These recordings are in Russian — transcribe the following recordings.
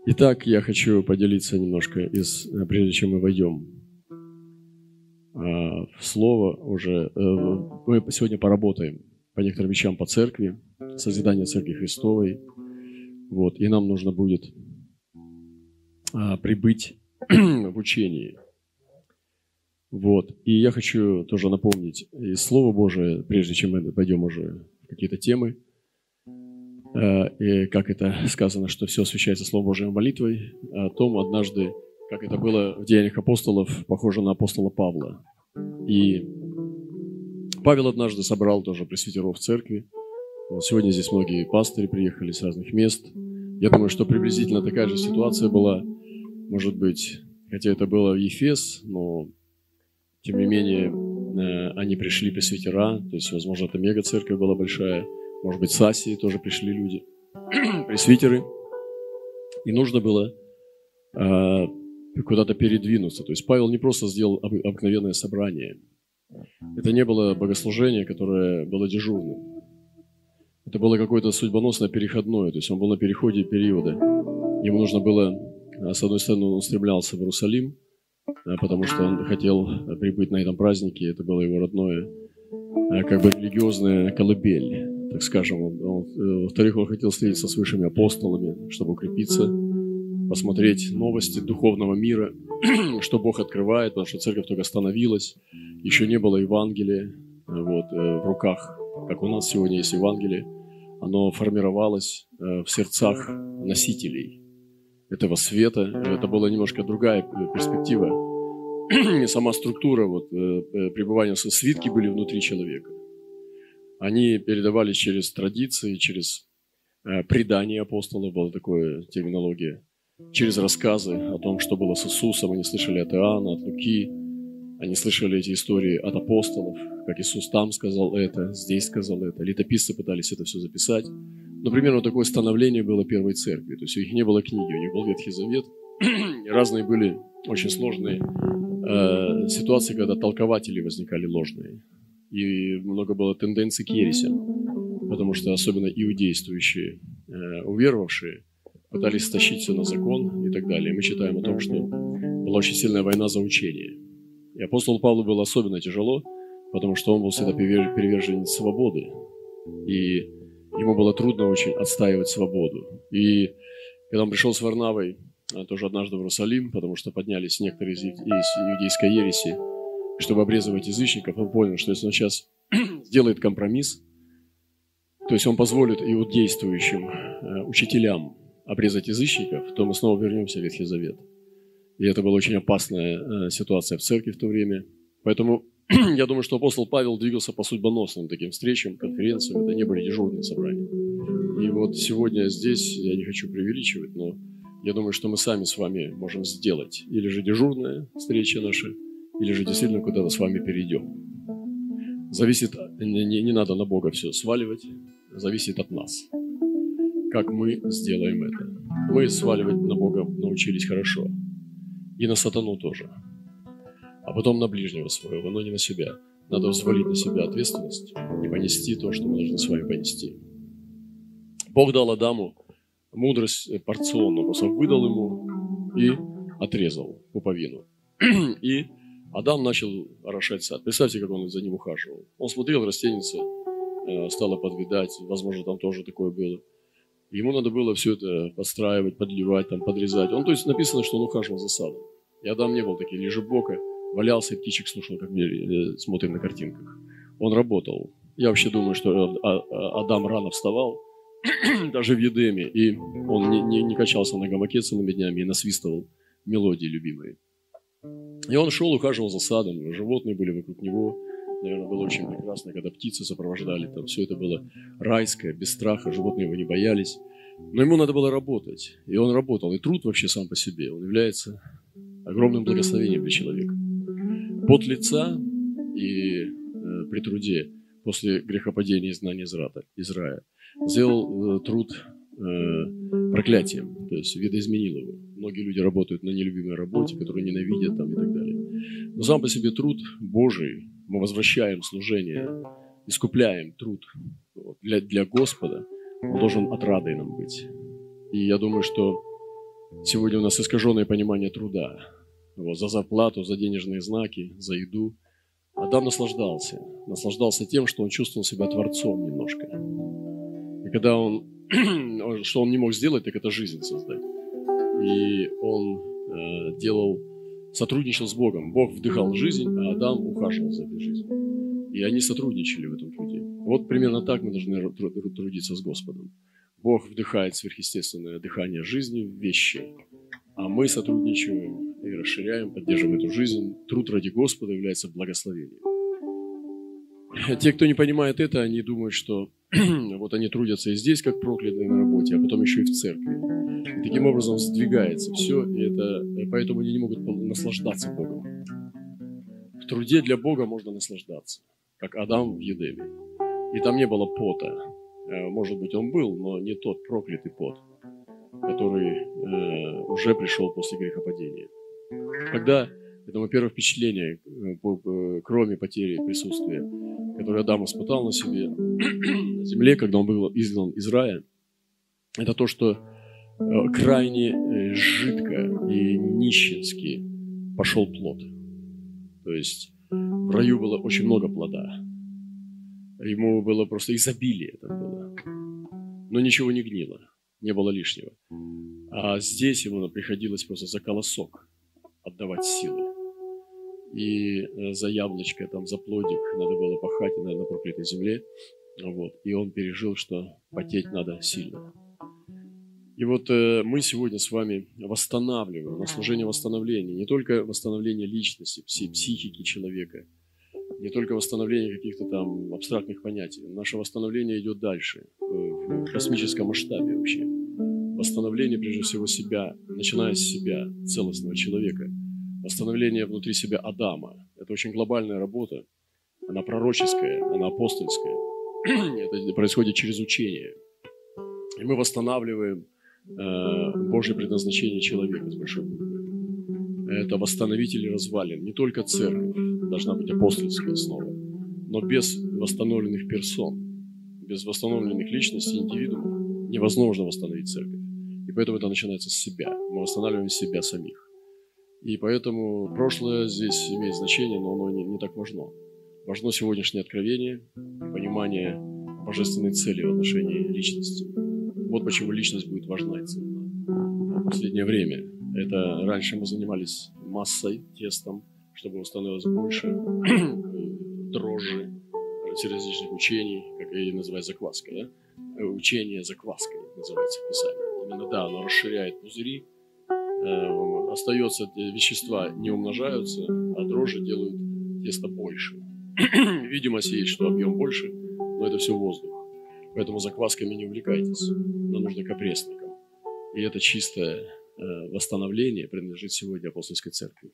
Итак, я хочу поделиться немножко, прежде чем мы войдем в Слово уже. Мы сегодня поработаем по некоторым вещам по церкви, созидание Церкви Христовой. Вот, и нам нужно будет прибыть в учении. Вот. И я хочу тоже напомнить из Слова Божия, прежде чем мы пойдем уже в какие-то темы, и как это сказано, что все освящается Словом Божьим молитвой, о том однажды, как это было в Деяниях апостолов, похоже на апостола Павла. И Павел однажды собрал тоже пресвитеров в церкви. Вот сегодня здесь многие пастыри приехали с разных мест. Я думаю, что приблизительно такая же ситуация была, может быть, хотя это было в Ефес, но тем не менее они пришли пресвитера, то есть, возможно, это мега-церковь была большая. Может быть, с Асии тоже пришли люди, пресвитеры. И нужно было куда-то передвинуться. То есть Павел не просто сделал обыкновенное собрание. Это не было богослужение, которое было дежурным. Это было какое-то судьбоносное переходное. То есть он был на переходе периода. Ему нужно было, с одной стороны, он стремлялся в Иерусалим, потому что он хотел прибыть на этом празднике. Это было его родное, как бы религиозная колыбель, так скажем. Во-вторых, он хотел встретиться с высшими апостолами, чтобы укрепиться, посмотреть новости духовного мира, что Бог открывает, потому что церковь только становилась, еще не было Евангелия в руках, как у нас сегодня есть Евангелие. Оно формировалось в сердцах носителей этого света. Это была немножко другая перспектива. И сама структура пребывания, свитки были внутри человека. Они передавались через традиции, через предания апостолов, была такая терминология, через рассказы о том, что было с Иисусом. Они слышали от Иоанна, от Луки, они слышали эти истории от апостолов, как Иисус там сказал это, здесь сказал это. Летописцы пытались это все записать. Но примерно такое становление было первой церкви. То есть у них не было книги, у них был Ветхий Завет. Разные были очень сложные ситуации, когда толкователи возникали ложные. И много было тенденций к ересям, потому что особенно иудействующие, уверовавшие, пытались стащить все на закон и так далее. И мы читаем о том, что была очень сильная война за учение. И апостолу Павлу было особенно тяжело, потому что он был всегда приверженец свободы. И ему было трудно очень отстаивать свободу. И когда он пришел с Варнавой тоже однажды в Иерусалим, потому что поднялись некоторые из иудейской ереси, чтобы обрезывать язычников, он понял, что если он сейчас сделает компромисс, то есть он позволит иудействующим учителям обрезать язычников, то мы снова вернемся в Ветхий Завет. И это была очень опасная ситуация в церкви в то время. Поэтому я думаю, что апостол Павел двигался по судьбоносным таким встречам, конференциям. Это не были дежурные собрания. И вот сегодня здесь, я не хочу преувеличивать, но я думаю, что мы сами с вами можем сделать или же дежурная встреча наша, или же действительно куда-то с вами перейдем. Зависит, не надо на Бога все сваливать, зависит от нас. Как мы сделаем это. Мы сваливать на Бога научились хорошо. И на сатану тоже. А потом на ближнего своего, но не на себя. Надо взвалить на себя ответственность и понести то, что мы должны с вами понести. Бог дал Адаму мудрость порционную, просто выдал ему и отрезал пуповину. И Адам начал орошать сад. Представьте, как он за ним ухаживал. Он смотрел, растеница стала подвидать, возможно, там тоже такое было. Ему надо было все это подстраивать, подливать, там, подрезать. То есть написано, что он ухаживал за садом. И Адам не был таким лежебока, валялся и птичек слушал, как мы смотрим на картинках. Он работал. Я вообще думаю, что Адам рано вставал, даже в Едеме, и он не качался на гамаке целыми днями и насвистывал мелодии любимые. И он шел, ухаживал за садом, животные были вокруг него. Наверное, было очень прекрасно, когда птицы сопровождали. Там все это было райское, без страха, животные его не боялись. Но ему надо было работать, и он работал. И труд вообще сам по себе, он является огромным благословением для человека. Пот лица и при труде после грехопадения и изгнания из рая сделал труд проклятием, то есть видоизменил его. Многие люди работают на нелюбимой работе, которую ненавидят там, и так далее. Но сам по себе труд Божий, мы возвращаем служение, искупляем труд для Господа, он должен отрадой нам быть. И я думаю, что Сегодня у нас искаженное понимание труда. Вот, за зарплату, за денежные знаки, за еду. Адам наслаждался тем, что он чувствовал себя творцом немножко. И когда что он не мог сделать, так это жизнь создать. И он сотрудничал с Богом. Бог вдыхал жизнь, а Адам ухаживал за этой жизнью. И они сотрудничали в этом труде. Вот примерно так мы должны трудиться с Господом. Бог вдыхает сверхъестественное дыхание жизни в вещи, а мы сотрудничаем и расширяем, поддерживаем эту жизнь. Труд ради Господа является благословением. Те, кто не понимает это, они думают, что вот они трудятся и здесь, как проклятые на работе, а потом еще и в церкви. И таким образом сдвигается все, и поэтому они не могут наслаждаться Богом. В труде для Бога можно наслаждаться, как Адам в Едеме. И там не было пота. Может быть, он был, но не тот проклятый пот, который уже пришел после грехопадения. Когда, это мое первое впечатление, кроме потери присутствия, которое Адам испытал на себе, на земле, когда он был изгнан из рая, это то, что крайне жидко и нищенски пошел плод. То есть в раю было очень много плода. Ему было просто изобилие там было. Но ничего не гнило, не было лишнего. А здесь ему приходилось просто за колосок отдавать силы. И за яблочко, там, за плодик надо было пахать на проклятой земле. Вот. И он пережил, что потеть надо сильно. И вот мы сегодня с вами восстанавливаем, на служение восстановления, не только восстановление личности, всей психики человека, не только восстановление каких-то там абстрактных понятий. Наше восстановление идет дальше, в космическом масштабе вообще. Восстановление, прежде всего, себя, начиная с себя, целостного человека. Восстановление внутри себя Адама. Это очень глобальная работа. Она пророческая, она апостольская. Это происходит через учение. И мы восстанавливаем Божье предназначение человека с большой буквы. Это восстановители развалин. Не только церковь должна быть апостольской снова, но без восстановленных персон, без восстановленных личностей, индивидуумов невозможно восстановить церковь. И поэтому это начинается с себя. Мы восстанавливаем себя самих. И поэтому прошлое здесь имеет значение, но оно не так важно. Важно сегодняшнее откровение, понимание божественной цели в отношении личности. Вот почему личность будет важна и ценна. В последнее время. Это раньше мы занимались массой, тестом, чтобы его становилось больше, дрожжи, различных учений, как и называется закваска, да? Учение закваской называется в Писании. Именно, да, оно расширяет пузыри, остается, вещества не умножаются, а дрожжи делают тесто больше. Видимость есть, что объем больше, но это все воздух. Поэтому заквасками не увлекайтесь, но нужно капрестникам. И это чистое восстановление принадлежит сегодня апостольской церкви.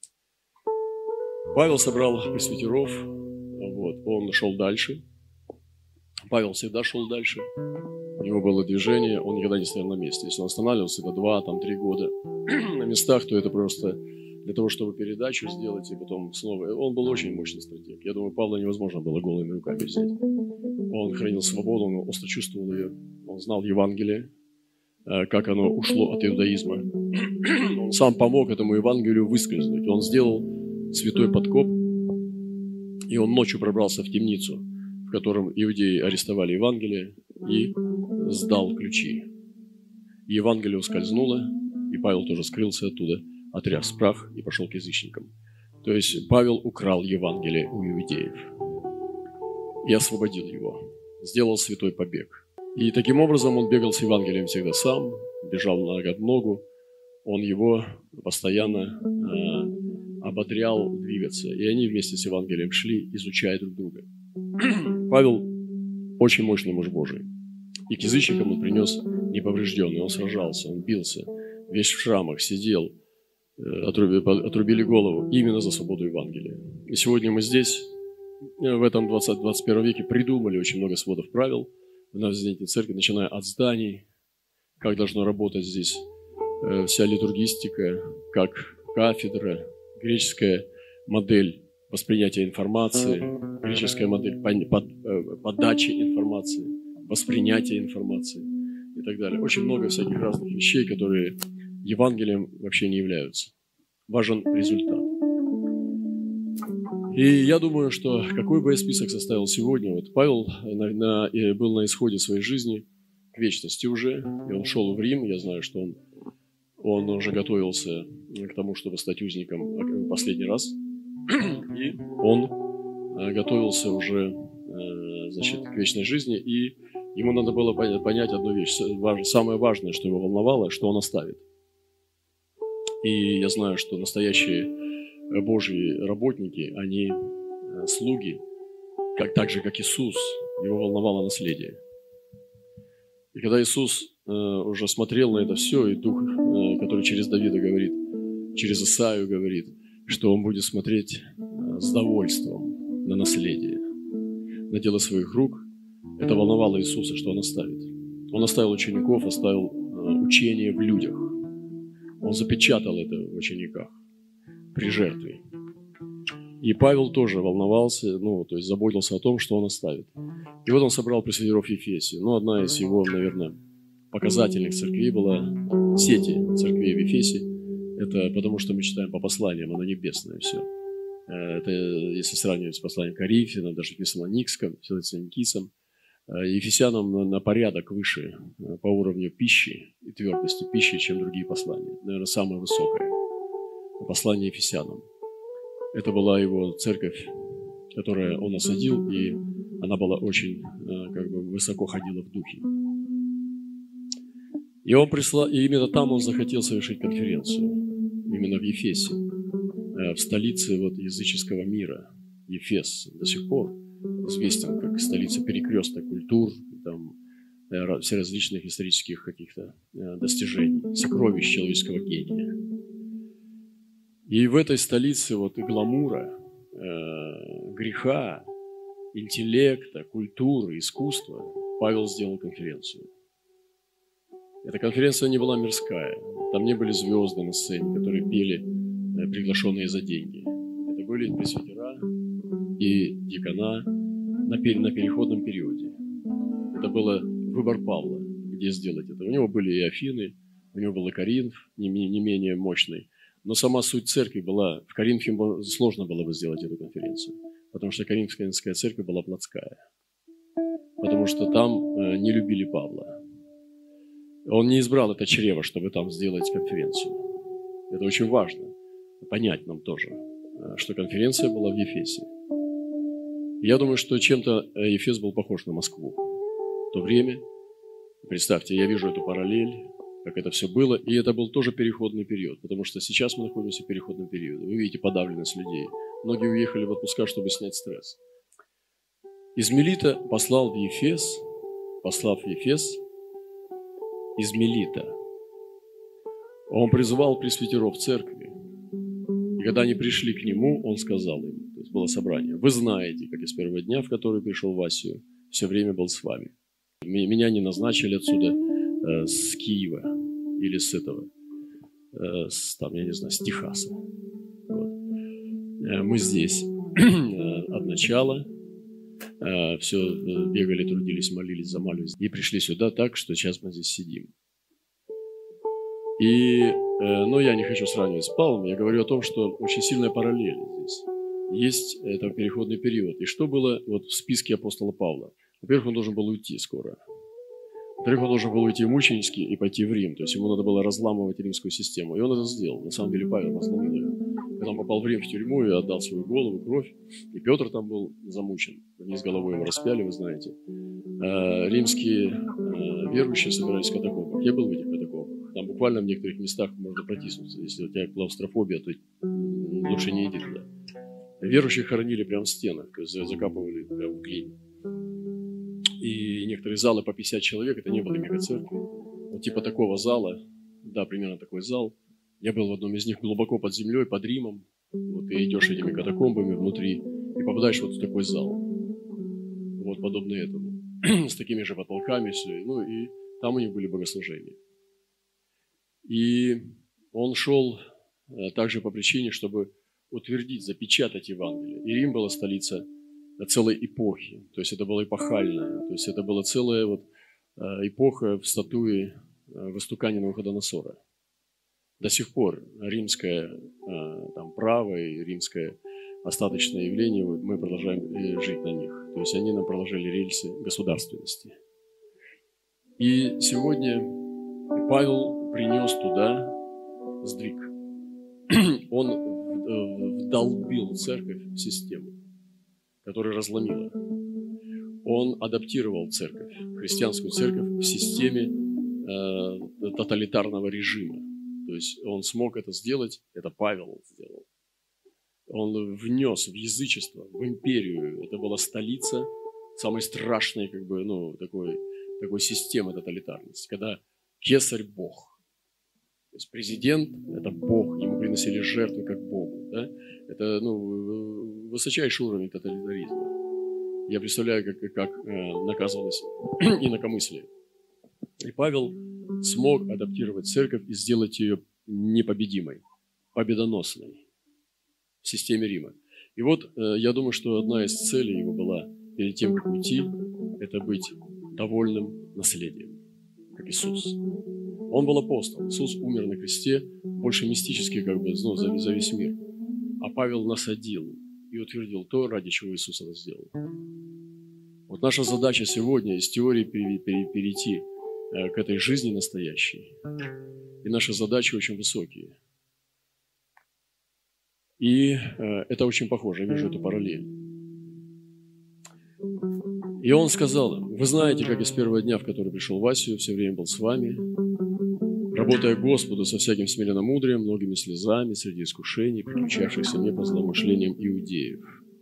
Павел собрал пресвитеров, вот, он шел дальше. Павел всегда шел дальше. У него было движение, он никогда не стоял на месте. Если он останавливался, это 2-3 года на местах, то это просто для того, чтобы передачу сделать, и потом снова. Он был очень мощный стратег. Я думаю, Павла невозможно было голыми руками взять. Он хранил свободу, он остро чувствовал ее, он знал Евангелие, как оно ушло от иудаизма. Он сам помог этому Евангелию выскользнуть. Он сделал святой подкоп, и он ночью пробрался в темницу, в котором иудеи арестовали Евангелие, и сдал ключи. И Евангелие ускользнуло, и Павел тоже скрылся оттуда, отряс прах и пошел к язычникам. То есть Павел украл Евангелие у иудеев и освободил его, сделал святой побег. И таким образом он бегал с Евангелием всегда сам, бежал нога в ногу, он его постоянно ободрял двигаться. И они вместе с Евангелием шли, изучая друг друга. Павел очень мощный муж Божий. И к язычникам он принес неповрежденный, он сражался, он бился, весь в шрамах, сидел, отрубили голову именно за свободу Евангелия. И сегодня мы здесь, в этом 21 веке, придумали очень много сводов правил в Новозаветной церкви, начиная от зданий, как должно работать здесь вся литургистика, как кафедра, греческая модель воспринятия информации, греческая модель подачи информации, воспринятия информации и так далее. Очень много всяких разных вещей, которые Евангелием вообще не являются. Важен результат. И я думаю, что какой бы я список составил сегодня, вот Павел был на исходе своей жизни, к вечности уже, и он шел в Рим, я знаю, что он уже готовился к тому, чтобы стать узником последний раз, и он готовился уже, значит, к вечной жизни, и ему надо было понять одну вещь, самое важное, что его волновало, что он оставит. И я знаю, что настоящие Божьи работники, они слуги, так же, как Иисус, его волновало наследие. И когда Иисус уже смотрел на это все, и Дух, который через Давида говорит, через Исаию говорит, что он будет смотреть с довольством на наследие, на дело своих рук, это волновало Иисуса, что он оставит. Он оставил учеников, оставил учение в людях. Он запечатал это в учениках при жертве. И Павел тоже волновался, то есть заботился о том, что он оставит. И вот он собрал пресвитеров в Ефесе. Одна из его, наверное, показательных церквей была сети церквей в Ефесе. Это потому, что мы читаем по посланиям, оно небесное все. Это если сравнивать с посланием Коринфянам, даже Фессалоникийцам, Ефесянам на порядок выше по уровню пищи и твердости пищи, чем другие послания. Наверное, самое высокое послание Ефесянам. Это была его церковь, которую он осадил, и она была очень, высоко ходила в духе. И он прислал, и именно там он захотел совершить конференцию, именно в Ефесе, в столице языческого мира. Ефес до сих пор известен как столица перекрестка культур, там всеразличных исторических каких-то достижений, сокровищ человеческого гения. И в этой столице и гламура, греха, интеллекта, культуры, искусства Павел сделал конференцию. Эта конференция не была мирская. Там не были звезды на сцене, которые пели, приглашенные за деньги. Это были пресвитера и диакона на переходном периоде. Это был выбор Павла, где сделать это. У него были и Афины, у него был и Коринф, не менее мощный. Но сама суть церкви была, в Коринфе сложно было бы сделать эту конференцию, потому что Коринфская церковь была плотская, потому что там не любили Павла. Он не избрал это чрево, чтобы там сделать конференцию. Это очень важно понять нам тоже, что конференция была в Ефесе. Я думаю, что чем-то Ефес был похож на Москву. В то время, представьте, я вижу эту параллель, как это все было, и это был тоже переходный период, потому что сейчас мы находимся в переходном периоде. Вы видите подавленность людей. Многие уехали в отпуска, чтобы снять стресс. Из Милита послав в Ефес из Милита, он призывал пресвитеров церкви. И когда они пришли к нему, он сказал им, то есть было собрание, вы знаете, как из первого дня, в который пришел в Асию, все время был с вами. Меня не назначили отсюда с Киева или с с Техаса. Мы здесь от начала, все бегали, трудились, молились, замаливались и пришли сюда так, что сейчас мы здесь сидим. Но я не хочу сравнивать с Павлом, я говорю о том, что очень сильная параллель здесь. Есть это переходный период. И что было в списке апостола Павла? Во-первых, он должен был уйти скоро. Во-вторых, он должен был уйти мученически и пойти в Рим. То есть ему надо было разламывать римскую систему. И он это сделал. На самом деле Павел послал ее. Когда он попал в Рим в тюрьму и отдал свою голову, кровь, и Петр там был замучен. Вниз головой его распяли, вы знаете. Римские верующие собирались в катакомбах. Я был в этих катакомбах. Там буквально в некоторых местах можно протиснуться. Если у тебя клаустрофобия, то лучше не иди туда. Верующих хоронили прямо в стенах, то есть закапывали прямо в глине. И некоторые залы по 50 человек, это не было мегацеркви. Типа такого зала, да, примерно такой зал. Я был в одном из них глубоко под землей, под Римом. И идешь этими катакомбами внутри, и попадаешь в такой зал. Подобный этому. С такими же потолками все. И там у них были богослужения. И он шел также по причине, чтобы утвердить, запечатать Евангелие. И Рим была столица целой эпохи. То есть это было эпохальное. То есть это была целая эпоха в статуе в истукане Навуходоносора. До сих пор римское право и римское остаточное явление, мы продолжаем жить на них. То есть они нам проложили рельсы государственности. И сегодня Павел принес туда сдвиг. Он вдолбил церковь в систему, которая разломила. Он адаптировал церковь, христианскую церковь в системе тоталитарного режима. То есть он смог это сделать, это Павел сделал. Он внес в язычество, в империю. Это была столица самой страшной такой системы тоталитарности, когда кесарь – Бог. То есть президент – это Бог, ему приносили жертвы как Богу. Да? Это высочайший уровень тоталитаризма. Я представляю, как наказывалось инакомыслие. И Павел смог адаптировать церковь и сделать ее непобедимой, победоносной в системе Рима. И вот я думаю, что одна из целей его была перед тем, как уйти, это быть довольным наследием, как Иисус. Он был апостол. Иисус умер на кресте, больше мистически за весь мир. А Павел насадил и утвердил то, ради чего Иисус это сделал. Вот наша задача сегодня из теории перейти к этой жизни настоящей. И наши задачи очень высокие. И это очень похоже, я вижу эту параллель. И он сказал им: вы знаете, как я с первого дня, в который пришел в Асию, все время был с вами, работая Господу со всяким смиренномудрием, многими слезами среди искушений, приключавшихся мне по злоумышлениям иудеев.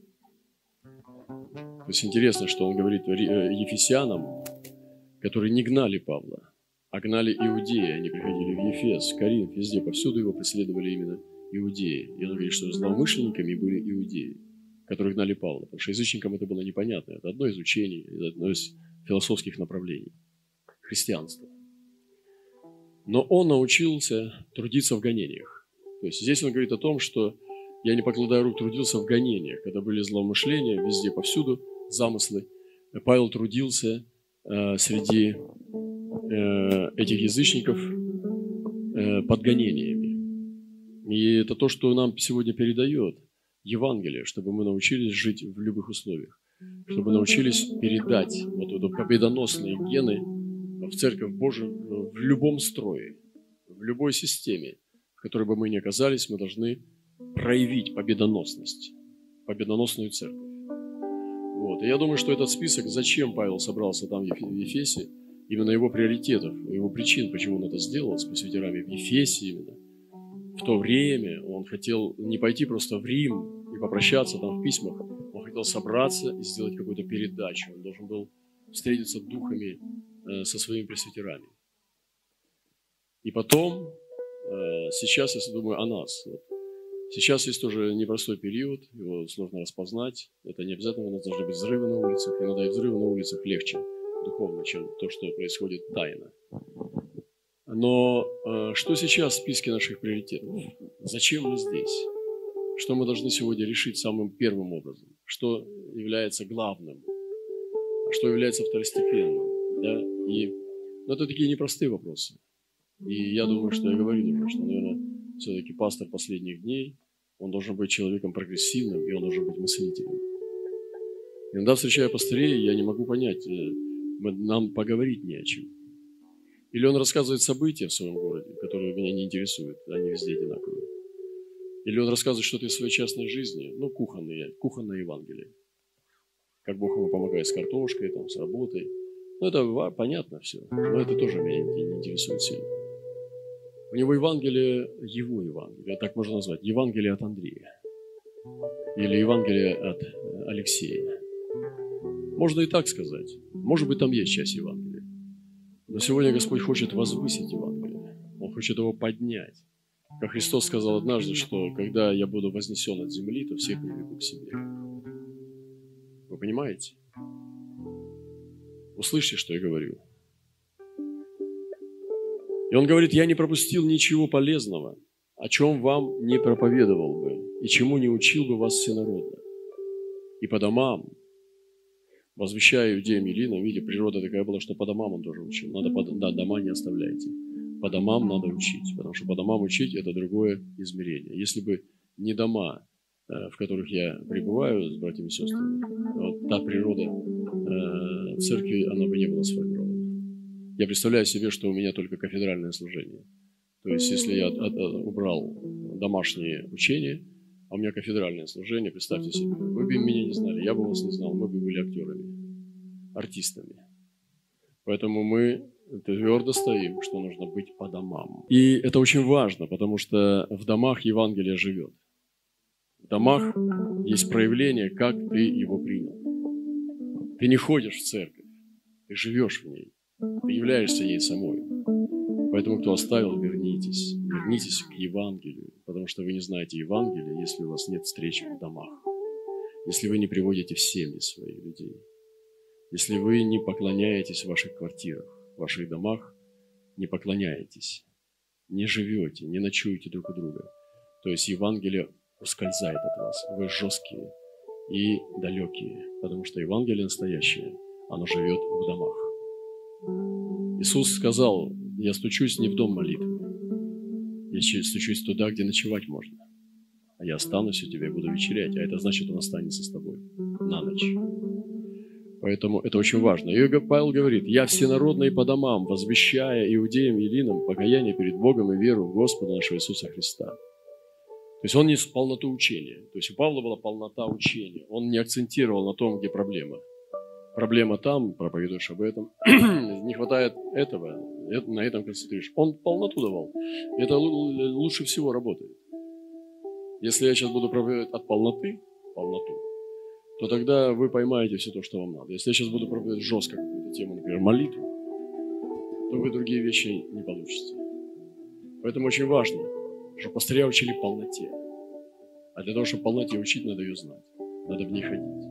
То есть интересно, что он говорит ефесянам, которые не гнали Павла, а гнали иудеи. Они приходили в Ефес, Коринф, везде, повсюду его преследовали именно иудеи. И он говорит, что злоумышленниками были иудеи, которые гнали Павла. Потому что язычникам это было непонятно. Это одно из учений, это одно из философских направлений христианства. Но он научился трудиться в гонениях. То есть здесь он говорит о том, что я, не покладая рук, трудился в гонениях, когда были злоумышления везде, повсюду, замыслы. Павел трудился среди этих язычников под гонениями. И это то, что нам сегодня передает Евангелие, чтобы мы научились жить в любых условиях, чтобы научились передать вот эти победоносные гены в Церковь Божию в любом строе, в любой системе, в которой бы мы ни оказались, мы должны проявить победоносность, победоносную церковь. Вот. И я думаю, что этот список, зачем Павел собрался там в Ефесе, именно его приоритетов, его причин, почему он это сделал с пресвитерами в Ефесе именно. В то время он хотел не пойти просто в Рим и попрощаться там в письмах, он хотел собраться и сделать какую-то передачу. Он должен был встретиться духами со своими пресвитерами. И потом, сейчас, если думаю о нас, сейчас есть тоже непростой период, его сложно распознать. Это не обязательно у нас должны быть взрывы на улицах. Иногда и взрывы на улицах легче духовно, чем то, что происходит тайно. Но что сейчас в списке наших приоритетов? Зачем мы здесь? Что мы должны сегодня решить самым первым образом? Что является главным? А что является второстепенным? Да? Это такие непростые вопросы. И я думаю, что я говорил уже, что, наверное, все-таки пастор последних дней, он должен быть человеком прогрессивным, и он должен быть мыслителем. Иногда, встречая пастырей, я не могу понять, нам поговорить не о чем. Или он рассказывает события в своем городе, которые меня не интересуют, они везде одинаковые. Или он рассказывает что-то из своей частной жизни, кухонное Евангелие. Как Бог ему помогает с картошкой, с работой. Это понятно все, но это тоже меня не интересует сильно. У него Евангелие, его Евангелие, так можно назвать, Евангелие от Андрея. Или Евангелие от Алексея. Можно и так сказать. Может быть, там есть часть Евангелия. Но сегодня Господь хочет возвысить Евангелие. Он хочет его поднять. Как Христос сказал однажды, что когда я буду вознесен от земли, то всех приведу к себе. Вы понимаете? Услышьте, что я говорю. И он говорит: я не пропустил ничего полезного, о чем вам не проповедовал бы, и чему не учил бы вас всенародно. И по домам, возвещая иудеям и линам, видите, природа такая была, что по домам он тоже учил. Надо дома не оставляйте. По домам надо учить, потому что по домам учить – это другое измерение. Если бы не дома, в которых я пребываю с братьями и сестрами, вот та природа церкви, она бы не была сформирована. Я представляю себе, что у меня только кафедральное служение. То есть, если я убрал домашние учения, а у меня кафедральное служение, представьте себе, вы бы меня не знали, я бы вас не знал, мы бы были актерами, артистами. Поэтому мы твердо стоим, что нужно быть по домам. И это очень важно, потому что в домах Евангелие живет. В домах есть проявление, как ты его принял. Ты не ходишь в церковь, ты живешь в ней, ты являешься ей самой. Поэтому, кто оставил, вернитесь. Вернитесь к Евангелию, потому что вы не знаете Евангелия, если у вас нет встреч в домах, если вы не приводите в семьи своих людей, если вы не поклоняетесь в ваших квартирах, в ваших домах, не поклоняетесь, не живете, не ночуете друг у друга. То есть Евангелие ускользает от вас. Вы жесткие и далекие, потому что Евангелие настоящее, оно живет в домах. Иисус сказал: я стучусь не в дом молитвы, я стучусь туда, где ночевать можно. А я останусь у тебя и буду вечерять, а это значит, Он останется с тобой на ночь. Поэтому это очень важно. И Павел говорит: я всенародный по домам, возвещая иудеям и елинам покаяние перед Богом и веру в Господа нашего Иисуса Христа. То есть он нес полноту учения. То есть у Павла была полнота учения. Он не акцентировал на том, где проблема. Проблема там, проповедуешь об этом, не хватает этого, на этом концентрируешь. Он полноту давал. Это лучше всего работает. Если я сейчас буду проповедовать от полноту, то тогда вы поймаете все то, что вам надо. Если я сейчас буду проповедовать жестко какую-то тему, например, молитву, то вы другие вещи не получите. Поэтому очень важно, чтобы пастыря учили полноте. А для того, чтобы полноте учить, надо ее знать. Надо в ней ходить.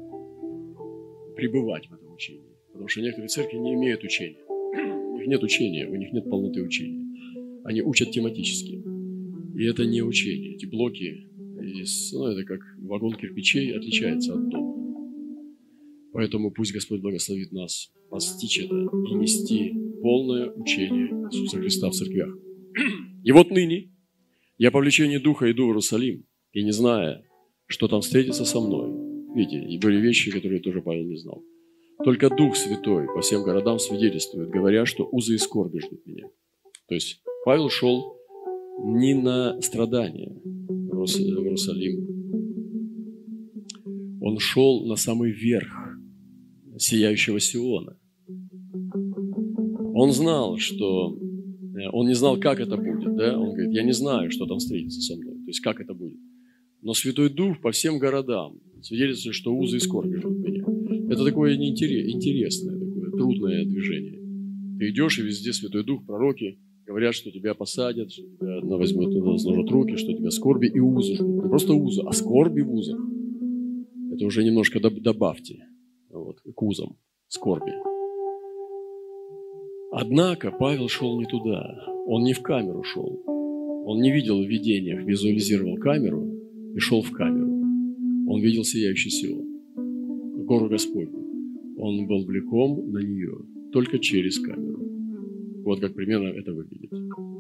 Пребывать в этом учении. Потому что некоторые церкви не имеют учения. У них нет учения, у них нет полноты учения. Они учат тематически. И это не учение. Эти блоки, это как вагон кирпичей, отличается от дома. Поэтому пусть Господь благословит нас постичь это и нести полное учение Иисуса Христа в церквях. И вот ныне я по влечению Духа иду в Иерусалим, и не зная, что там встретится со мной. Видите, и были вещи, которые тоже Павел не знал. Только Дух Святой по всем городам свидетельствует, говоря, что узы и скорби ждут меня. То есть Павел шел не на страдания в Иерусалим. Он шел на самый верх сияющего Сиона. Он знал, что... Он не знал, как это будет. Да? Он говорит: я не знаю, что там встретится со мной. То есть, как это будет. Но Святой Дух по всем городам свидетельствует, что узы и скорби ждут меня. Это такое интересное, такое трудное движение. Ты идешь, и везде Святой Дух, пророки говорят, что тебя посадят, что тебя возьмут, сложат руки, что тебя скорби и узы ждут. Не просто узы, а скорби в узах. Это уже немножко добавьте к узам скорби. Однако Павел шел не туда. Он не в камеру шел. Он не видел в видениях, визуализировал камеру и шел в камеру. Он видел сияющий Сион, гору Господню. Он был влеком на нее только через камеру. Вот как примерно это выглядит.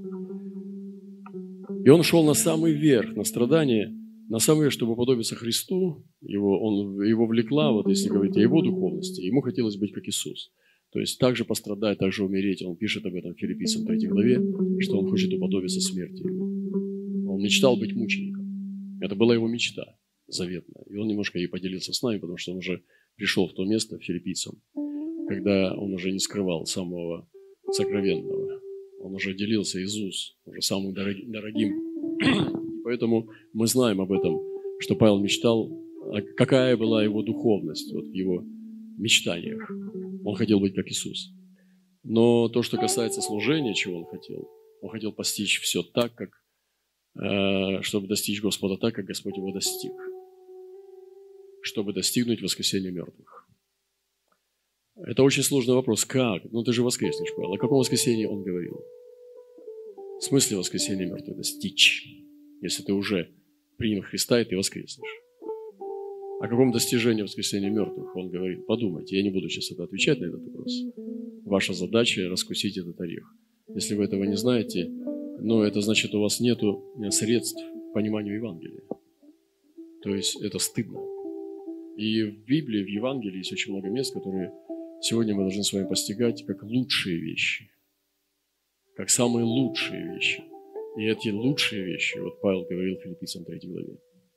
И он шел на самый верх, на страдания, на самый верх, чтобы подобиться Христу. Его влекла, если говорить о его духовности, ему хотелось быть как Иисус. То есть так же пострадать, так же умереть. Он пишет об этом в Филиппийцам 3 главе, что он хочет уподобиться смерти его. Он мечтал быть мучеником. Это была его мечта заветная. И он немножко ей поделился с нами, потому что он уже пришел в то место, в Филиппийцам, когда он уже не скрывал самого сокровенного. Он уже делился из уст, уже самым дорогим. Поэтому мы знаем об этом, что Павел мечтал, какая была его духовность в его мечтаниях. Он хотел быть как Иисус. Но то, что касается служения, чего он хотел постичь все так, чтобы достичь Господа так, как Господь его достиг. Чтобы достигнуть воскресения мертвых. Это очень сложный вопрос. Как? Ты же воскреснешь, Павел. О каком воскресении он говорил? В смысле воскресения мертвых? Достичь. Если ты уже принял Христа, и ты воскреснешь. О каком достижении воскресения мертвых он говорит? Подумайте, я не буду сейчас отвечать на этот вопрос. Ваша задача раскусить этот орех. Если вы этого не знаете, но это значит, у вас нет средств к пониманию Евангелия. То есть это стыдно. И в Библии, в Евангелии есть очень много мест, которые сегодня мы должны с вами постигать как лучшие вещи. Как самые лучшие вещи. И эти лучшие вещи, вот Павел говорил в Филиппийцам 3 главе.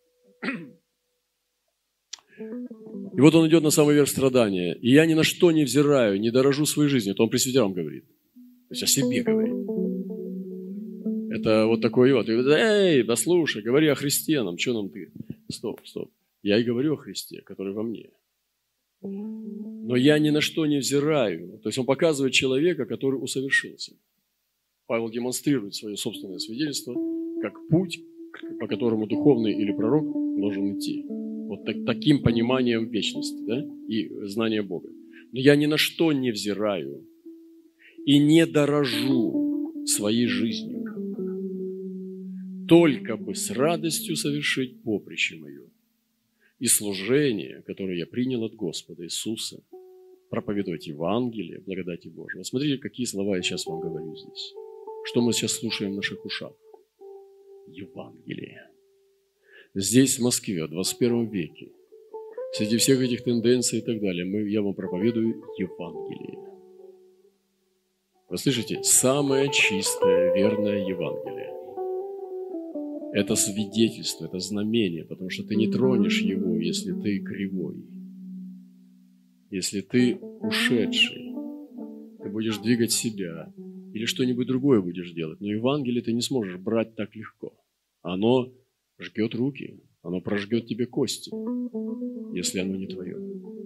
И вот он идет на самый верх страдания. И я ни на что не взираю, не дорожу своей жизнью. Это он пресвитерам говорит. То есть о себе говорит. Это вот такой вот. Эй, послушай, говори о Христе нам. Что нам ты? Стоп. Я и говорю о Христе, который во мне. Но я ни на что не взираю. То есть он показывает человека, который усовершился. Павел демонстрирует свое собственное свидетельство как путь, по которому духовный или пророк должен идти. Вот таким пониманием вечности, да, и знания Бога. Но я ни на что не взираю и не дорожу своей жизнью, только бы с радостью совершить поприще мое и служение, которое я принял от Господа Иисуса, проповедовать Евангелие, благодати Божией. Вот смотрите, какие слова я сейчас вам говорю здесь. Что мы сейчас слушаем в наших ушах? Евангелие. Здесь, в Москве, в 21 веке, среди всех этих тенденций и так далее, я вам проповедую Евангелие. Вы слышите? Самое чистое, верное Евангелие. Это свидетельство, это знамение, потому что ты не тронешь его, если ты кривой. Если ты ушедший, ты будешь двигать себя или что-нибудь другое будешь делать. Но Евангелие ты не сможешь брать так легко. Оно жгет руки, оно прожгет тебе кости, если оно не твое.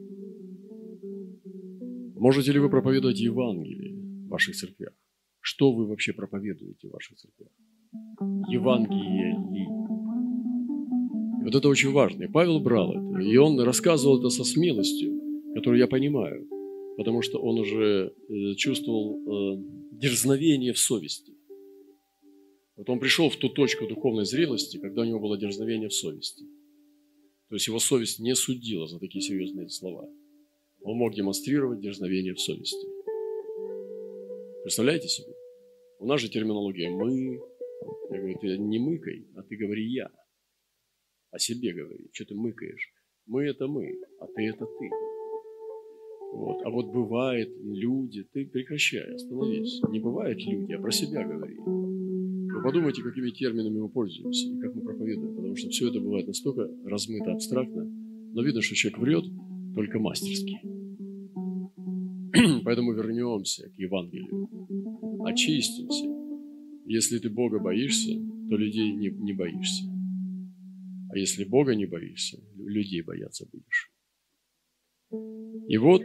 Можете ли вы проповедовать Евангелие в ваших церквях? Что вы вообще проповедуете в ваших церквях? Евангелие ли? И вот это очень важно. И Павел брал это, и он рассказывал это со смелостью, которую я понимаю, потому что он уже чувствовал дерзновение в совести. Вот он пришел в ту точку духовной зрелости, когда у него было дерзновение в совести. То есть его совесть не судила за такие серьезные слова. Он мог демонстрировать дерзновение в совести. Представляете себе? У нас же терминология «мы». Я говорю, ты не мыкай, а ты говори «я». О себе говори. Что ты мыкаешь? Мы – это мы, а ты – это ты. Вот. А вот бывает люди, ты прекращай, остановись. Не бывает люди, а про себя говори. Вы подумайте, какими терминами мы пользуемся и как мы проповедуем, потому что все это бывает настолько размыто, абстрактно, но видно, что человек врет только мастерски. Поэтому вернемся к Евангелию, очистимся. Если ты Бога боишься, то людей не боишься. А если Бога не боишься, людей бояться будешь. И вот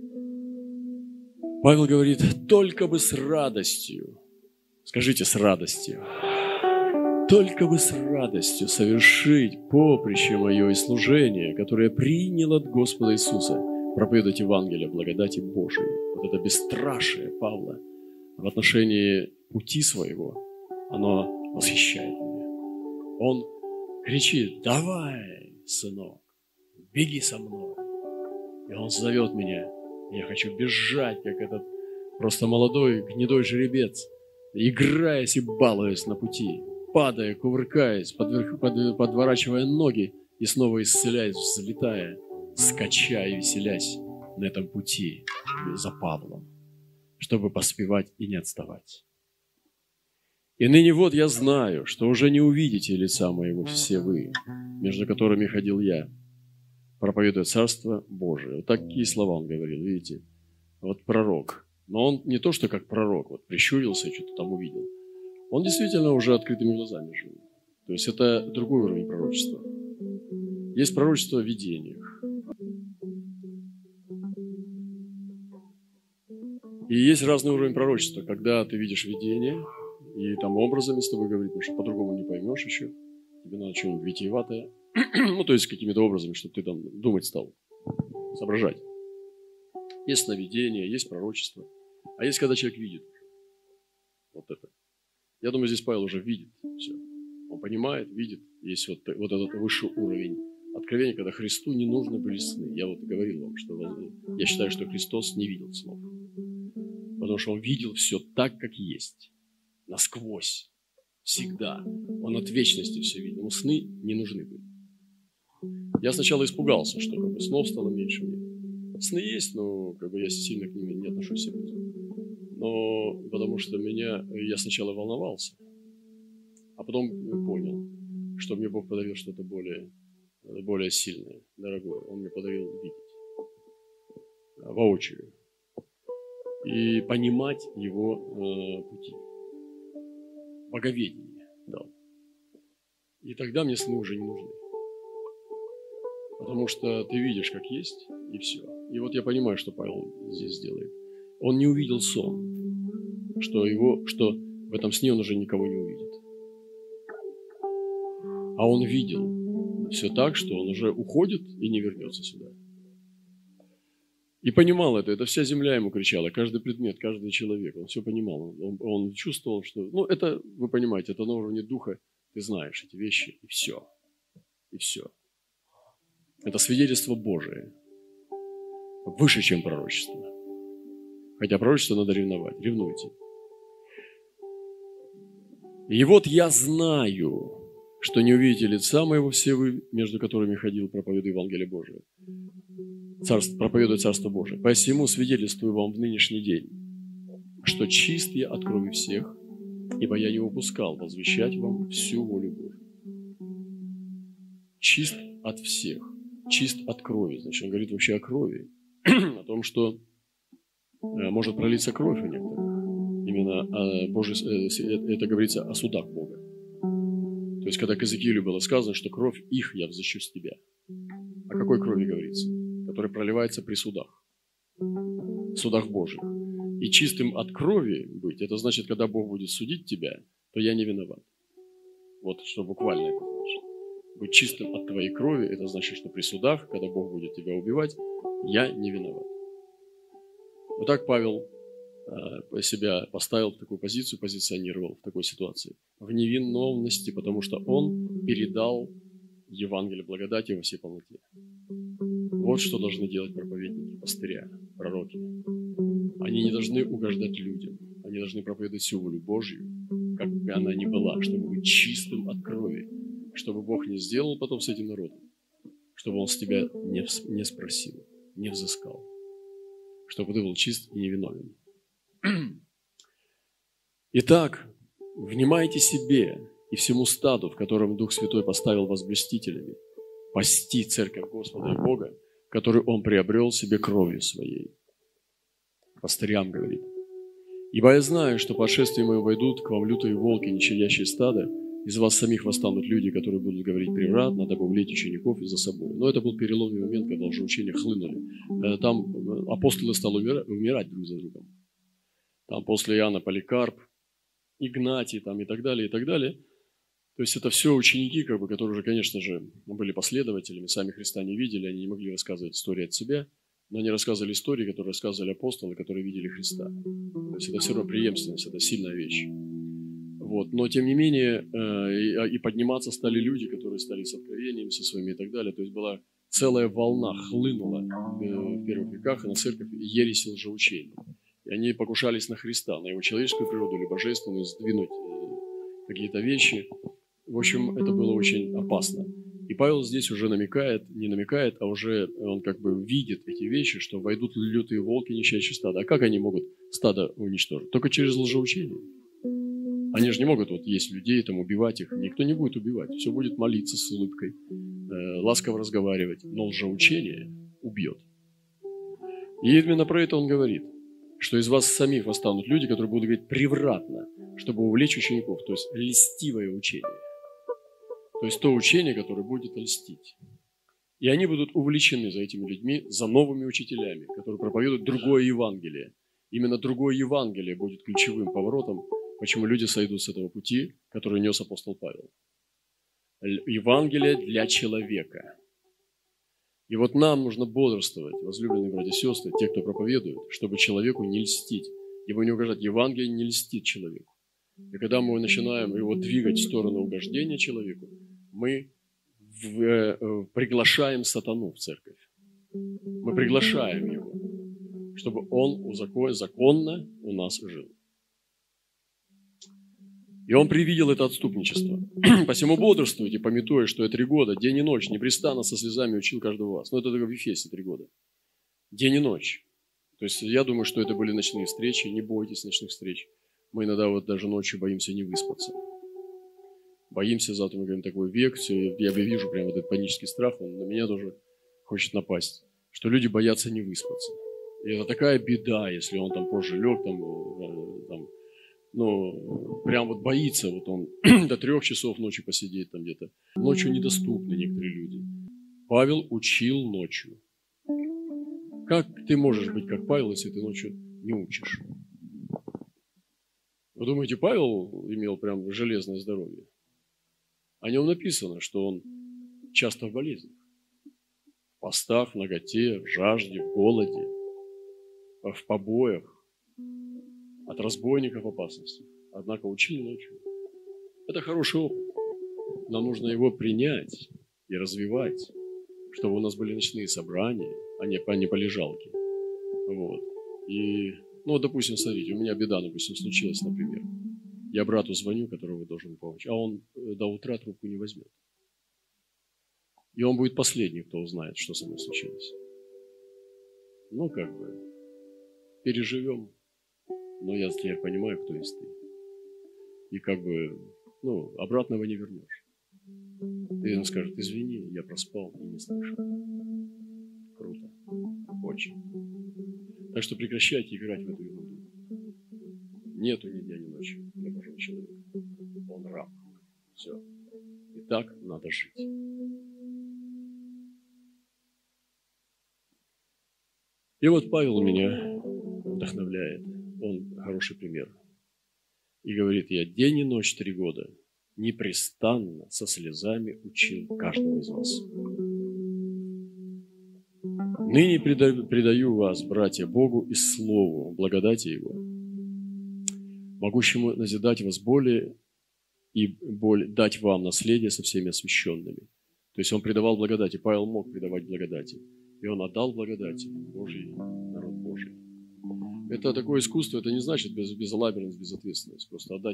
Павел говорит, только бы с радостью, скажите, с радостью, только бы с радостью совершить поприще мое и служение, которое я принял от Господа Иисуса, проповедовать Евангелие благодати Божией. Вот это бесстрашие Павла в отношении пути своего, оно восхищает меня. Он кричит, давай, сынок, беги со мной. И он зовет меня. Я хочу бежать, как этот просто молодой гнедой жеребец, играясь и балуясь на пути, падая, кувыркаясь, подворачивая ноги и снова исцеляясь, взлетая, скача и веселясь на этом пути за Павлом, чтобы поспевать и не отставать. И ныне вот я знаю, что уже не увидите лица моего все вы, между которыми ходил я, проповедуя Царство Божие. Вот такие слова он говорил, видите, вот пророк. Но он не то, что как пророк, вот прищурился и что-то там увидел. Он действительно уже открытыми глазами жил. То есть это другой уровень пророчества. Есть пророчество в видениях. И есть разный уровень пророчества, когда ты видишь видение, и там образами с тобой говорит, потому что по-другому не поймешь еще. Тебе надо что-нибудь витиеватое. Ну, то есть какими-то образами, чтобы ты там думать стал, соображать. Есть сновидение, есть пророчество. А есть, когда человек видит. Вот это. Я думаю, здесь Павел уже видит все. Он понимает, видит. Есть вот этот высший уровень откровения, когда Христу не нужны были сны. Я вот говорил вам, что я считаю, что Христос не видел снов. Потому что он видел все так, как есть. Насквозь. Всегда. Он от вечности все видел. Ему сны не нужны были. Я сначала испугался, что как бы снов стало меньше мне. Сны есть, но как бы я сильно к ним не отношусь серьезно. Но потому что я сначала волновался, а потом понял, что мне Бог подарил что-то более сильное, дорогое. Он мне подарил видеть воочию и понимать его пути. Боговедение дал. И тогда мне сны уже не нужны. Потому что ты видишь, как есть, и все. И вот я понимаю, что Павел здесь делает. Он не увидел сон, что в этом сне он уже никого не увидит. А он видел все так, что он уже уходит и не вернется сюда. И понимал это вся земля ему кричала, каждый предмет, каждый человек, он все понимал, он чувствовал, что, это, вы понимаете, это на уровне духа, ты знаешь эти вещи, и все, и все. Это свидетельство Божие, выше, чем пророчество. Хотя пророчество надо ревновать, ревнуйте. И вот я знаю, что не увидите лица моего все вы, между которыми ходил, проповедуя Евангелие Божие. Проповедуя Царство Божие. Посему свидетельствую вам в нынешний день, что чист я от крови всех, ибо я не упускал возвещать вам всю волю Божию. Чист от всех, чист от крови. Значит, он говорит вообще о крови, о том, что может пролиться кровь у некоторых. Именно это говорится о судах Бога. То есть, когда к Иезекиилю было сказано, что кровь их я взыщу с тебя. О какой крови говорится? Которая проливается при судах Божьих. И чистым от крови быть, это значит, когда Бог будет судить тебя, то я не виноват. Вот что буквально это значит. Быть чистым от твоей крови, это значит, что при судах, когда Бог будет тебя убивать, я не виноват. Вот так Павел себя поставил в такую позицию, позиционировал в такой ситуации. В невиновности, потому что он передал Евангелие благодати во всей полноте. Вот что должны делать проповедники, пастыря, пророки. Они не должны угождать людям. Они должны проповедовать всю волю Божью, как бы она ни была, чтобы быть чистым от крови, чтобы Бог не сделал потом с этим народом, чтобы Он с тебя не спросил, не взыскал, чтобы ты был чист и невиновен. Итак, внимайте себе и всему стаду, в котором Дух Святой поставил вас блюстителями, пасти церковь Господа и Бога, которую Он приобрел себе кровью своей. Пастырям говорит. Ибо я знаю, что по отшествии моему войдут к вам лютые волки, не щадящие стада, из вас самих восстанут люди, которые будут говорить превратно, дабы увлечь учеников и за собой. Но это был переломный момент, когда лжеучения хлынули. Там апостолы стали умирать друг за другом. Там после Иоанна Поликарп, Игнатий там, и так далее, и так далее. То есть это все ученики, которые уже, конечно же, были последователями, сами Христа не видели, они не могли рассказывать истории от себя, но они рассказывали истории, которые рассказывали апостолы, которые видели Христа. То есть это все равно преемственность, это сильная вещь. Вот. Но тем не менее и подниматься стали люди, которые стали с откровениями, со своими и так далее. То есть была целая волна, хлынула в первых веках и на церковь ереси лжеучений. И они покушались на Христа, на его человеческую природу или божественную, сдвинуть какие-то вещи. В общем, это было очень опасно. И Павел здесь уже не намекает, а уже он как бы видит эти вещи, что войдут лютые волки, нищащие стада. А как они могут стадо уничтожить? Только через лжеучение. Они же не могут есть людей, убивать их. Никто не будет убивать. Все будет молиться с улыбкой, ласково разговаривать. Но лжеучение убьет. И именно про это он говорит. Что из вас самих восстанут люди, которые будут говорить превратно, чтобы увлечь учеников, то есть льстивое учение. То есть то учение, которое будет льстить. И они будут увлечены за этими людьми, за новыми учителями, которые проповедуют другое Евангелие. Именно другое Евангелие будет ключевым поворотом, почему люди сойдут с этого пути, который нес апостол Павел. Евангелие для человека. И вот нам нужно бодрствовать, возлюбленные братья и сестры, те, кто проповедует, чтобы человеку не льстить, ему не угождать. Евангелие не льстит человеку. И когда мы начинаем его двигать в сторону угождения человеку, мы приглашаем сатану в церковь. Мы приглашаем его, чтобы Он законно у нас жил. И он привидел это отступничество. Посему бодрствуйте, памятуя, что я 3 года, день и ночь, непрестанно со слезами учил каждого вас. Но это только в Ефесе 3 года. День и ночь. То есть я думаю, что это были ночные встречи. Не бойтесь ночных встреч. Мы иногда вот даже ночью боимся не выспаться. Боимся, завтра мы говорим, такой век, все, я вижу прям вот этот панический страх, он на меня тоже хочет напасть, что люди боятся не выспаться. И это такая беда, если он там позже лег, прям вот боится, вот он до 3 часов ночи посидеть там где-то. Ночью недоступны некоторые люди. Павел учил ночью. Как ты можешь быть как Павел, если ты ночью не учишь? Вы думаете, Павел имел прям железное здоровье? О нем написано, что он часто в болезнях. В постах, в наготе, в жажде, в голоде, в побоях, от разбойников опасности. Однако учил ночью. Это хороший опыт. Нам нужно его принять и развивать, чтобы у нас были ночные собрания, а не полежалки. Вот. И, допустим, смотрите, у меня беда, допустим, случилась, например. Я брату звоню, которого должен помочь, а он до утра трубку не возьмет. И он будет последний, кто узнает, что со мной случилось. Переживем. Но я теперь понимаю, кто есть ты. И обратного не вернешь. И он скажет, извини, я проспал и не слышал. Круто. Очень. Так что прекращайте играть в эту ерунду. Нету ни дня, ни ночи для Божьего человека. Он раб. Все. И так надо жить. И вот Павел меня вдохновляет. Он хороший пример. И говорит, я день и ночь 3 года непрестанно со слезами учил каждого из вас. Ныне предаю вас, братья, Богу и Слову, благодати Его, могущему назидать вас более и дать вам наследие со всеми освященными. То есть он предавал благодати. Павел мог предавать благодати. И он отдал благодати Божий, народ Божий. Это такое искусство, это не значит безалаберность, безответственность. Просто отдать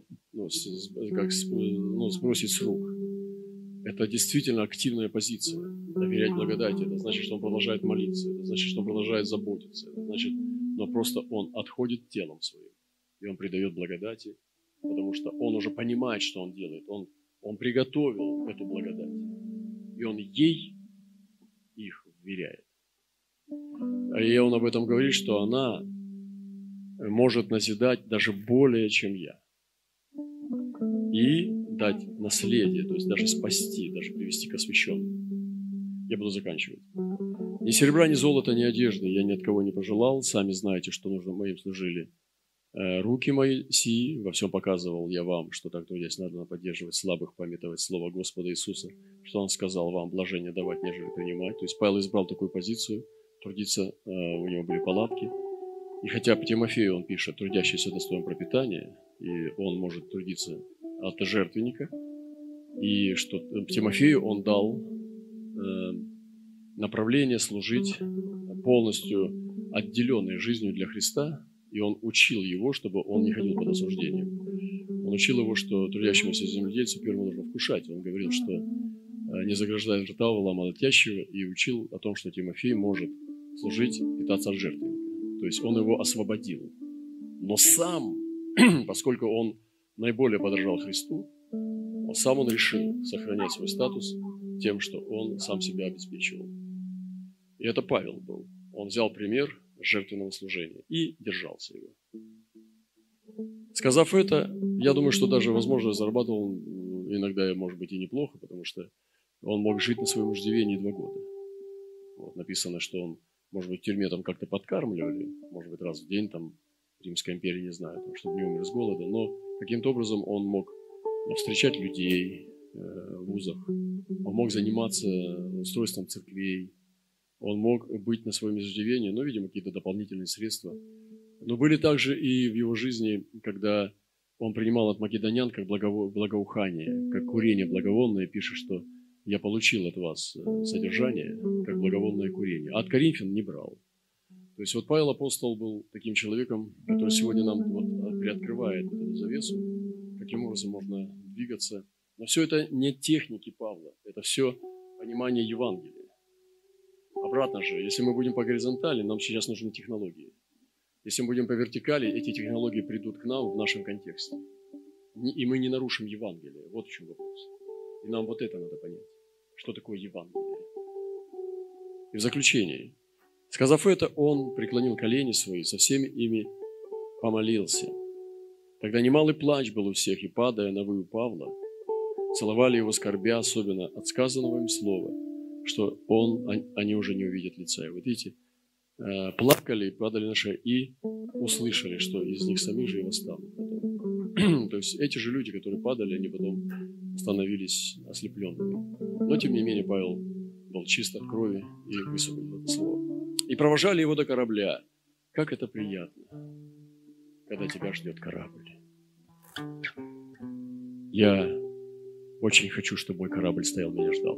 сбросить с рук. Это действительно активная позиция. Доверять благодати. Это значит, что он продолжает молиться. Это значит, что он продолжает заботиться. Это значит, но просто он отходит телом своим. И он придает благодати, потому что он уже понимает, что он делает. Он приготовил эту благодать. И он ей их вверяет. И он об этом говорит, что она может назидать даже более, чем я. И дать наследие, то есть даже спасти, даже привести к освященным. Я буду заканчивать. Ни серебра, ни золота, ни одежды я ни от кого не пожелал. Сами знаете, что нужно моим служили. Руки мои сии, во всем показывал я вам, что так трудясь надо поддерживать слабых, памятовать слово Господа Иисуса, что Он сказал вам, блажение давать, нежели принимать. То есть Павел избрал такую позицию, трудиться, у него были палатки. И хотя по Тимофею он пишет, трудящийся достоин пропитания, и он может трудиться от жертвенника, и что Тимофею он дал направление служить полностью отделенной жизнью для Христа, и он учил его, чтобы он не ходил под осуждением. Он учил его, что трудящемуся земледельцу первому нужно вкушать. Он говорил, что не заграждает рта валом молотящего, и учил о том, что Тимофей может служить, питаться от жертвенника. То есть он его освободил. Но сам, поскольку он наиболее подражал Христу, сам он решил сохранять свой статус тем, что он сам себя обеспечивал. И это Павел был. Он взял пример жертвенного служения и держался его. Сказав это, я думаю, что даже, возможно, зарабатывал иногда, может быть, и неплохо, потому что он мог жить на своем иждивении 2 года. Вот, написано, что он, может быть, в тюрьме там как-то подкармливали, может быть, раз в день, там, Римская империя, не знаю, там, чтобы не умер с голода, но каким-то образом он мог встречать людей в вузах, он мог заниматься устройством церквей, он мог быть на своем иждивении, но, видимо, какие-то дополнительные средства. Но были также и в его жизни, когда он принимал от македонян как благоухание, как курение благовонное, пишет, что я получил от вас содержание, как благовонное курение. А от коринфян не брал. То То есть вот Павел апостол был таким человеком, который сегодня нам вот приоткрывает эту завесу, каким образом можно двигаться. Но все это не техники Павла, это все понимание Евангелия. Обратно же, если мы будем по горизонтали, нам сейчас нужны технологии. Если мы будем по вертикали, эти технологии придут к нам в нашем контексте. И мы не нарушим Евангелие. Вот в чем вопрос. И нам вот это надо понять. Что такое Евангелие? И в заключение. Сказав это, он преклонил колени свои, со всеми ими помолился. Тогда немалый плач был у всех, и, падая на вою Павла, целовали его, скорбя, особенно от сказанного им слова, что они уже не увидят лица. И вот видите, плакали, падали на шею и услышали, что из них самих же и восстанут потом. То есть эти же люди, которые падали, они потом становились ослепленными. Но, тем не менее, Павел был чист от крови и высвободил это слово. И провожали его до корабля. Как это приятно, когда тебя ждет корабль. Я очень хочу, чтобы мой корабль стоял, меня ждал.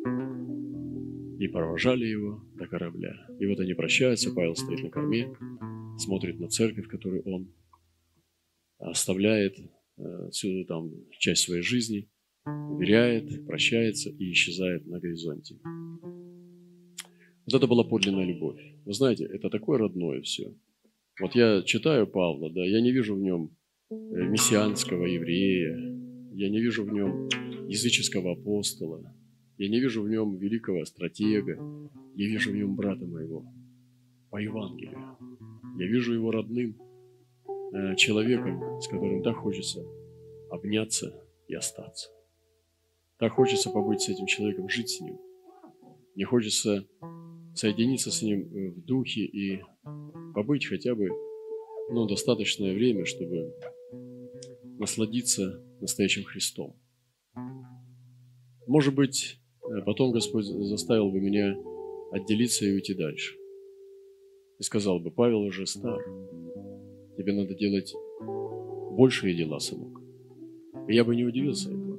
И провожали его до корабля. И вот они прощаются, Павел стоит на корме, смотрит на церковь, которую он оставляет всю там часть своей жизни, уверяет, прощается и исчезает на горизонте. Вот это была подлинная любовь. Вы знаете, это такое родное все. Вот я читаю Павла, да, я не вижу в нем мессианского еврея, я не вижу в нем языческого апостола, я не вижу в нем великого стратега, я вижу в нем брата моего по Евангелию. Я вижу его родным человеком, с которым так хочется обняться и остаться. Так хочется побыть с этим человеком, жить с ним. Мне хочется соединиться с ним в духе и побыть хотя бы достаточное время, чтобы насладиться настоящим Христом. Может быть, потом Господь заставил бы меня отделиться и уйти дальше. И сказал бы: Павел уже стар, тебе надо делать большие дела, сынок. И я бы не удивился этого.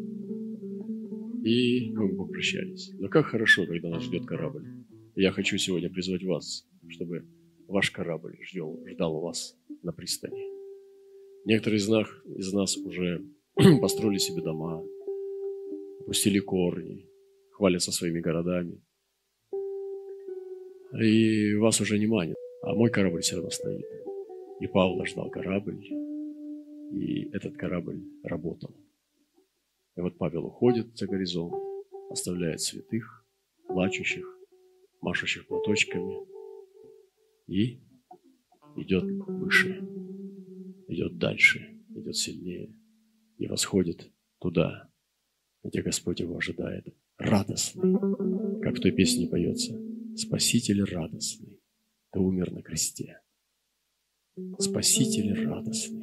И мы бы попрощались. Но как хорошо, когда нас ждет корабль. И я хочу сегодня призвать вас, чтобы ваш корабль ждал вас на пристани. Некоторые из нас уже построили себе дома, пустили корни, хвалятся своими городами. И вас уже не манит. А мой корабль все равно стоит. И Павла ждал корабль, и этот корабль работал. И вот Павел уходит за горизонт, оставляет святых, плачущих, машущих платочками, и идет выше, идет дальше, идет сильнее, и восходит туда, где Господь его ожидает, радостный, как в той песне поется: «Спаситель радостный, ты умер на кресте». Спаситель радостный.